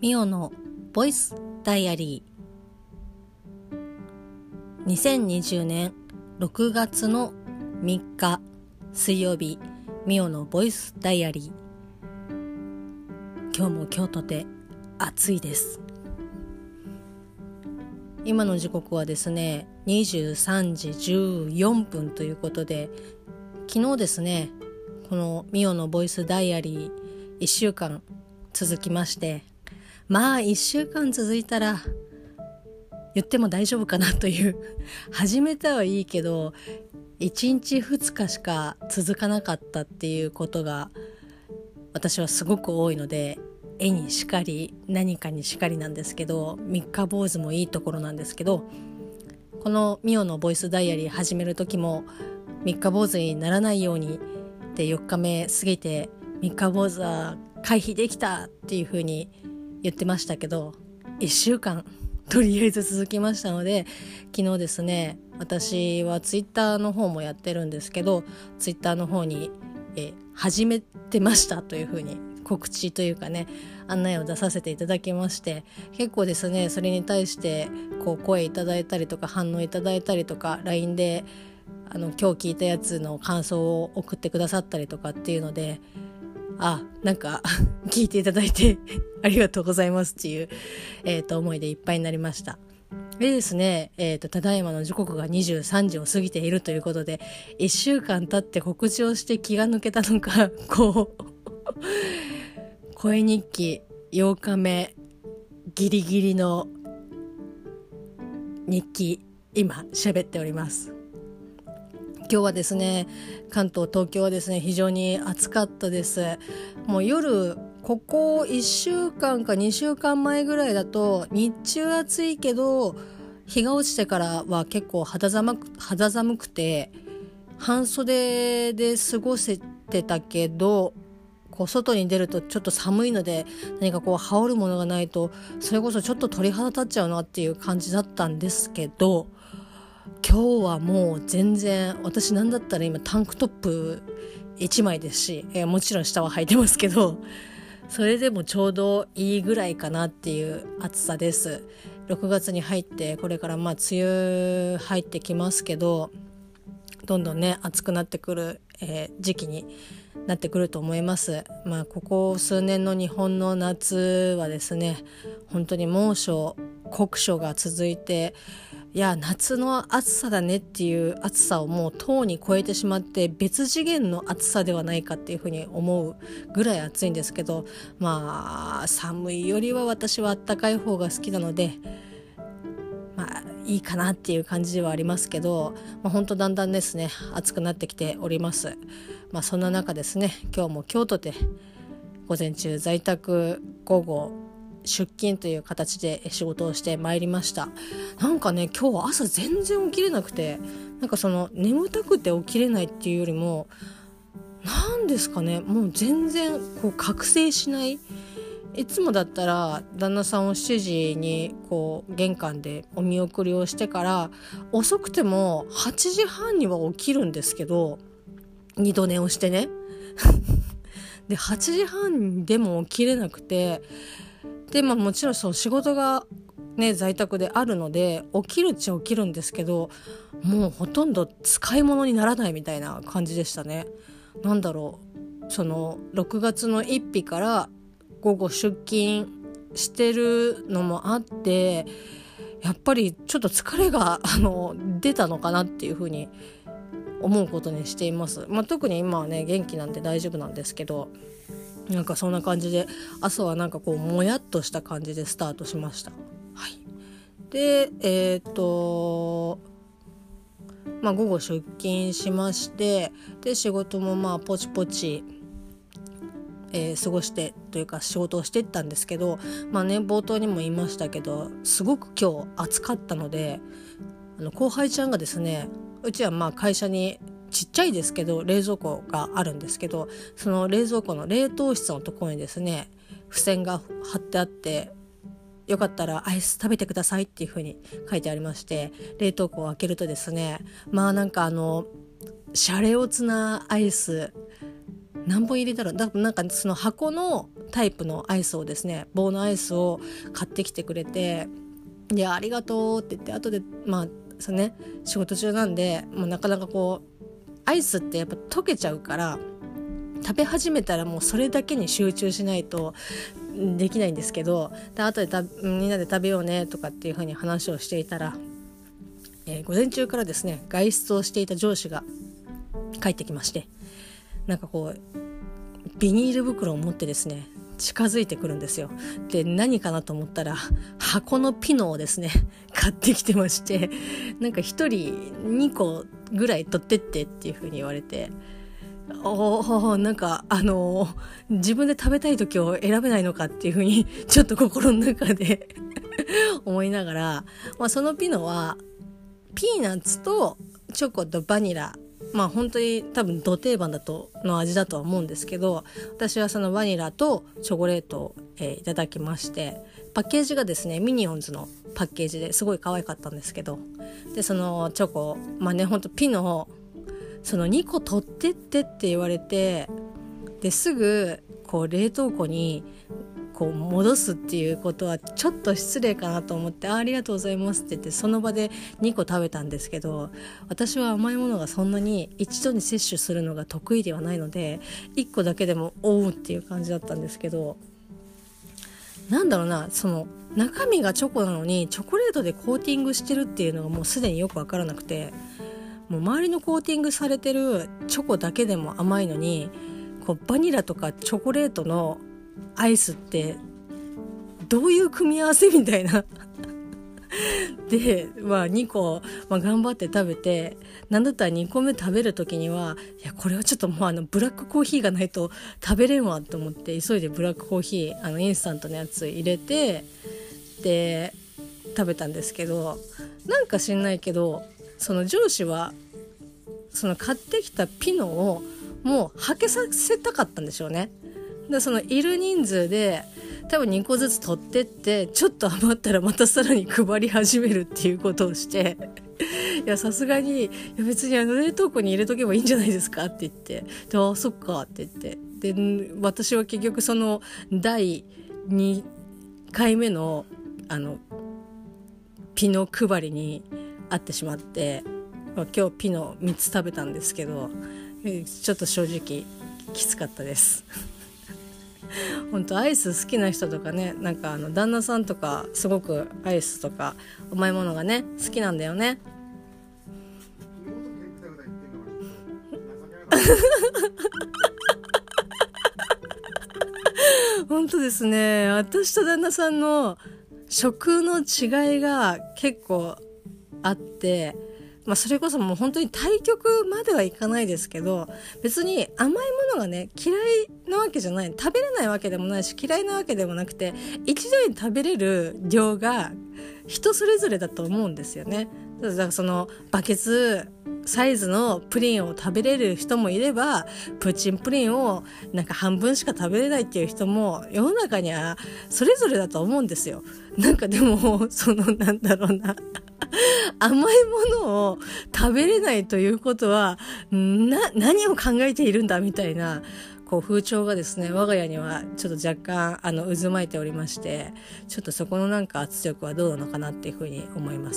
ミオのボイスダイアリー。2020年6月の3日水曜日、ミオのボイスダイアリー。今日も今日とて暑いです。今の時刻はですね23時14分ということで、昨日ですねこのミオのボイスダイアリー1週間続きまして、1週間続いたら言っても大丈夫かなという始めたはいいけど1日2日しか続かなかったっていうことが私はすごく多いので、絵にしかり何かにしかりなんですけど、三日坊主もいいところなんですけど、このミオのボイスダイアリー始める時も三日坊主にならないようにで4日目過ぎて三日坊主は回避できたっていう風に言ってましたけど、1週間とりあえず続きましたので、昨日ですね私はツイッターの方もやってるんですけど、ツイッターの方に始めてましたという風に告知というかね案内を出させていただきまして、結構ですねそれに対して声いただいたりとか反応いただいたりとか LINE で今日聞いたやつの感想を送ってくださったりとかっていうので、なんか聞いていただいてありがとうございますっていう、思いでいっぱいになりました。でですね、ただいまの時刻が23時を過ぎているということで、1週間経って告知をして気が抜けたのか声日記8日目ギリギリの日記今喋っております。今日はですね関東東京はですね非常に暑かったです。もう夜ここ1週間か2週間前ぐらいだと日中暑いけど日が落ちてからは結構肌寒くて半袖で過ごせてたけど、外に出るとちょっと寒いので何か羽織るものがないとそれこそちょっと鳥肌立っちゃうなっていう感じだったんですけど、今日はもう全然、私なんだったら今タンクトップ1枚ですし、もちろん下は履いてますけど、それでもちょうどいいぐらいかなっていう暑さです。6月に入ってこれから梅雨入ってきますけど、どんどんね暑くなってくる、時期になってくると思います。ここ数年の日本の夏はですね本当に猛暑酷暑が続いて、夏の暑さだねっていう暑さをもうとうに超えてしまって別次元の暑さではないかっていうふうに思うぐらい暑いんですけど、寒いよりは私は暖かい方が好きなのでいいかなっていう感じではありますけど、本当だんだんですね暑くなってきております。そんな中ですね今日も今日とて午前中在宅、午後出勤という形で仕事をしてまいりました。なんかね今日朝全然起きれなくて、眠たくて起きれないっていうよりもなんですかね、もう全然覚醒しない。いつもだったら旦那さんを7時に玄関でお見送りをしてから遅くても8時半には起きるんですけど、二度寝をしてねで8時半でも起きれなくて、でもちろん仕事がね在宅であるので起きるっちゃ起きるんですけど、もうほとんど使い物にならないみたいな感じでしたね。6月の1日から午後出勤してるのもあって、やっぱりちょっと疲れが出たのかなっていうふうに思うことにしています。特に今はね元気なんで大丈夫なんですけど、そんな感じで朝はもやっとした感じでスタートしました。で午後出勤しまして、で仕事もポチポチ過ごしてというか仕事をしていったんですけど、冒頭にも言いましたけどすごく今日暑かったので、後輩ちゃんがですね、うちは会社にちっちゃいですけど冷蔵庫があるんですけど、その冷蔵庫の冷凍室のところにですね付箋が貼ってあって、よかったらアイス食べてくださいっていう風に書いてありまして、冷凍庫を開けるとですねシャレオツなアイス何本入りだろう、なんかその箱のタイプのアイスをですね、棒のアイスを買ってきてくれて、でありがとうって言って、後で仕事中なんでもうなかなかこうアイスってやっぱ溶けちゃうから、食べ始めたらもうそれだけに集中しないとできないんですけど、で後でみんなで食べようねとかっていう風に話をしていたら、午前中からですね外出をしていた上司が帰ってきまして、なんかこうビニール袋を持ってですね近づいてくるんですよ。で何かなと思ったら箱のピノをですね買ってきてまして、なんか1人2個ぐらい取ってってっていう風に言われて、なんか自分で食べたい時を選べないのかっていう風にちょっと心の中で思いながら、そのピノはピーナッツとチョコとバニラ、本当に多分ド定番の味だとは思うんですけど、私はそのバニラとチョコレートを、いただきまして、パッケージがですねミニオンズのパッケージですごい可愛かったんですけど、でそのチョコ本当ピノその2個取ってってって言われて、ですぐこう冷凍庫にこう戻すっていうことはちょっと失礼かなと思って、ありがとうございますって言ってその場で2個食べたんですけど、私は甘いものがそんなに一度に摂取するのが得意ではないので、1個だけでもおうっていう感じだったんですけど、なんだろうな、その中身がチョコなのにチョコレートでコーティングしてるっていうのがもうすでによくわからなくて、もう周りのコーティングされてるチョコだけでも甘いのに、こうバニラとかチョコレートのアイスってどういう組み合わせみたいなで、2個、頑張って食べて、なんだったら2個目食べる時には、いやこれはちょっともうブラックコーヒーがないと食べれんわと思って、急いでブラックコーヒーインスタントのやつ入れてで食べたんですけど、なんか知んないけどその上司はその買ってきたピノをもうはけさせたかったんでしょうね。でそのいる人数で多分2個ずつ取ってって、ちょっと余ったらまたさらに配り始めるっていうことをしていやさすがに別に冷凍庫に入れとけばいいんじゃないですかって言って、でそっかって言って、で私は結局その第2回目のピノ配りに会ってしまって、今日ピノ3つ食べたんですけど、ちょっと正直きつかったです本当アイス好きな人とかね、なんか旦那さんとかすごくアイスとか甘いものがね好きなんだよね本当ですね、私と旦那さんの食の違いが結構あって、それこそもう本当に対極まではいかないですけど、別に甘いものがね嫌いなわけじゃない、食べれないわけでもないし嫌いなわけでもなくて、一度に食べれる量が人それぞれだと思うんですよね。だからそのバケツサイズのプリンを食べれる人もいれば、プーチンプリンをなんか半分しか食べれないっていう人も世の中にはそれぞれだと思うんですよ。なんかでもなんだろうな甘いものを食べれないということは何を考えているんだみたいなこう風潮がですね、我が家にはちょっと若干渦巻いておりまして、ちょっとそこのなんか圧力はどうなのかなっていうふうに思います。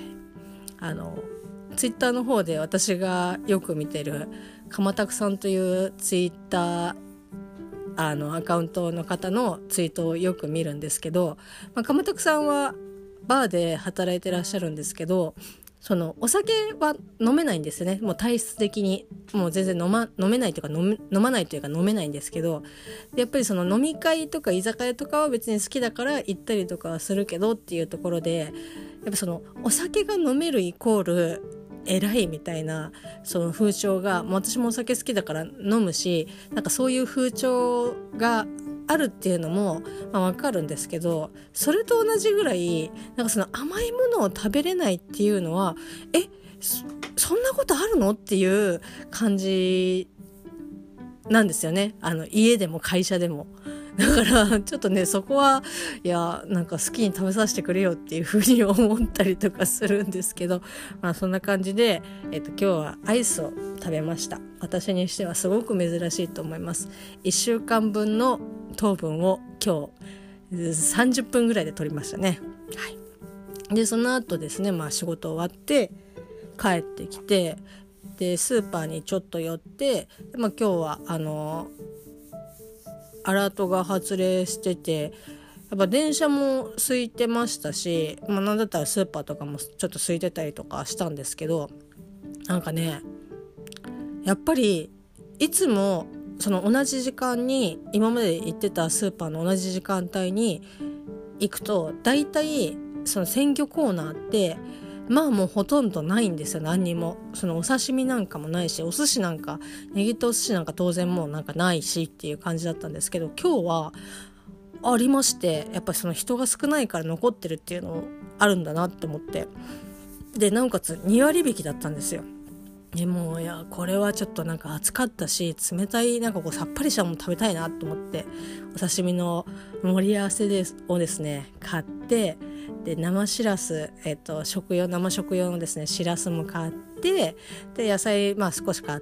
ツイッターの方で私がよく見てるかまたくさんというツイッターアカウントの方のツイートをよく見るんですけど、かまたくさんはバーで働いてらっしゃるんですけど、そのお酒は飲めないんですよね。もう体質的にもう全然飲めないというか飲まないというか飲めないんですけど、やっぱりその飲み会とか居酒屋とかは別に好きだから行ったりとかはするけどっていうところで、やっぱそのお酒が飲めるイコール偉いみたいなその風潮が、私もお酒好きだから飲むし、なんかそういう風潮があるっていうのもわかるんですけど、それと同じぐらいなんかその甘いものを食べれないっていうのはそんなことあるのっていう感じなんですよね。家でも会社でもだからちょっとねそこはいやなんか好きに食べさせてくれよっていうふうに思ったりとかするんですけど、そんな感じで、今日はアイスを食べました。私にしてはすごく珍しいと思います。1週間分の糖分を今日30分ぐらいで取りましたね。はい。でその後ですね、仕事終わって帰ってきて、でスーパーにちょっと寄って、今日はアラートが発令してて、やっぱ電車も空いてましたし、なんだったらスーパーとかもちょっと空いてたりとかしたんですけど、なんかねやっぱりいつもその同じ時間に今まで行ってたスーパーの同じ時間帯に行くと、だいたいその鮮魚コーナーってもうほとんどないんですよ。何にもそのお刺身なんかもないし、お寿司なんか握ったお寿司なんか当然もうなんかないしっていう感じだったんですけど、今日はありまして、やっぱりその人が少ないから残ってるっていうのあるんだなって思って、でなおかつ2割引きだったんですよ。でもいやこれはちょっとなんか暑かったし、冷たいなんかこうさっぱりしたもの食べたいなと思って、お刺身の盛り合わせをですね買って、で生しらす、生食用のですねしらすも買って、で野菜少し買って、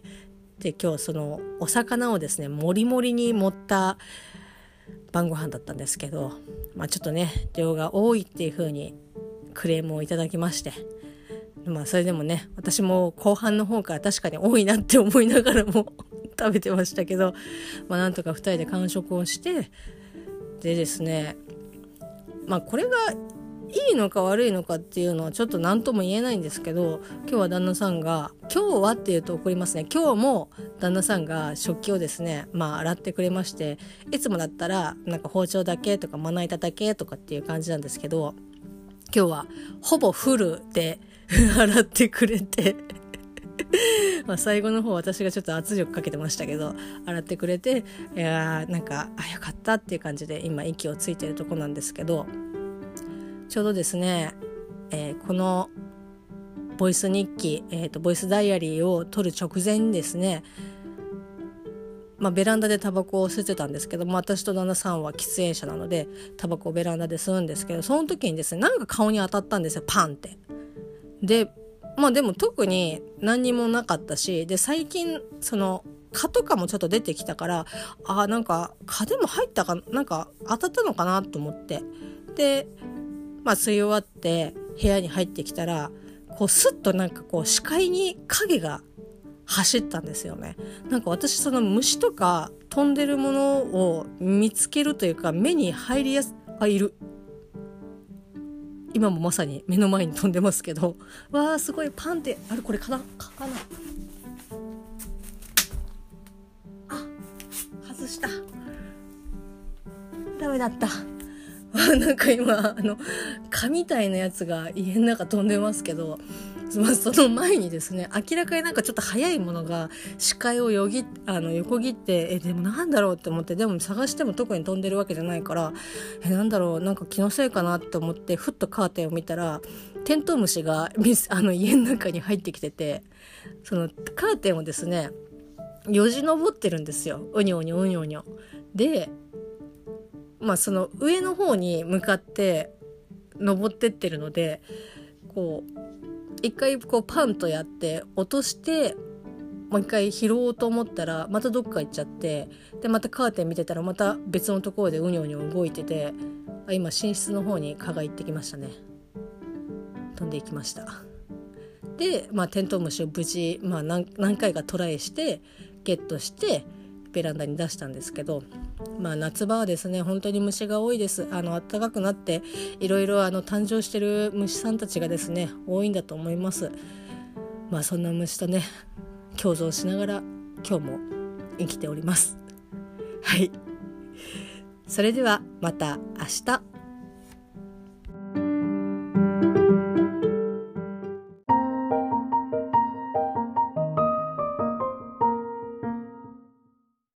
で今日そのお魚をですねもりもりに盛った晩ご飯だったんですけど、ちょっとね量が多いっていう風にクレームをいただきまして、それでもね私も後半の方から確かに多いなって思いながらも食べてましたけど、なんとか2人で完食をして、でですねこれがいいのか悪いのかっていうのはちょっと何とも言えないんですけど、今日は旦那さんが、今日はっていうと怒りますね、今日も旦那さんが食器をですね洗ってくれまして、いつもだったらなんか包丁だけとかまな板だけとかっていう感じなんですけど、今日はほぼフルで洗ってくれて最後の方私がちょっと圧力かけてましたけど洗ってくれて、いやなんかよかったっていう感じで今息をついてるとこなんですけど、ちょうどですね、このボイス日記、ボイスダイアリーを撮る直前にですね、ベランダでタバコを吸ってたんですけども、私と旦那さんは喫煙者なのでタバコをベランダで吸うんですけど、その時にですねなんか顔に当たったんですよ、パンって。ででも特に何にもなかったし、で最近その蚊とかもちょっと出てきたから、なんか蚊でも入ったかなんか当たったのかなと思って、で吸い終わって部屋に入ってきたら、こうスッとなんかこう視界に影が走ったんですよね。なんか私その虫とか飛んでるものを見つけるというか、目に入りやすいる、今もまさに目の前に飛んでますけど、わーすごいパンってあれ、これかな外した、ダメだったなんか今蚊みたいなやつが家の中飛んでますけど、その前にですね明らかになんかちょっと速いものが視界を横切って、でもなんだろうって思って、でも探しても特に飛んでるわけじゃないから、なんだろう、なんか気のせいかなって思ってふっとカーテンを見たら、テントウムシが家の中に入ってきてて、そのカーテンをですねよじ登ってるんですよ、うにょうにょうにょうにょで、その上の方に向かって登ってってるので、こう一回こうパンとやって落として、もう一回拾おうと思ったらまたどっか行っちゃって、でまたカーテン見てたらまた別のところでうにょうにょ動いてて、今寝室の方に蚊が行ってきましたね。飛んでいきました。でテントウムシを無事、何回かトライしてゲットしてベランダに出したんですけど、夏場はですね本当に虫が多いです。暖かくなっていろいろ誕生してる虫さんたちがですね多いんだと思います。そんな虫とね共存しながら今日も生きております。はい、それではまた明日。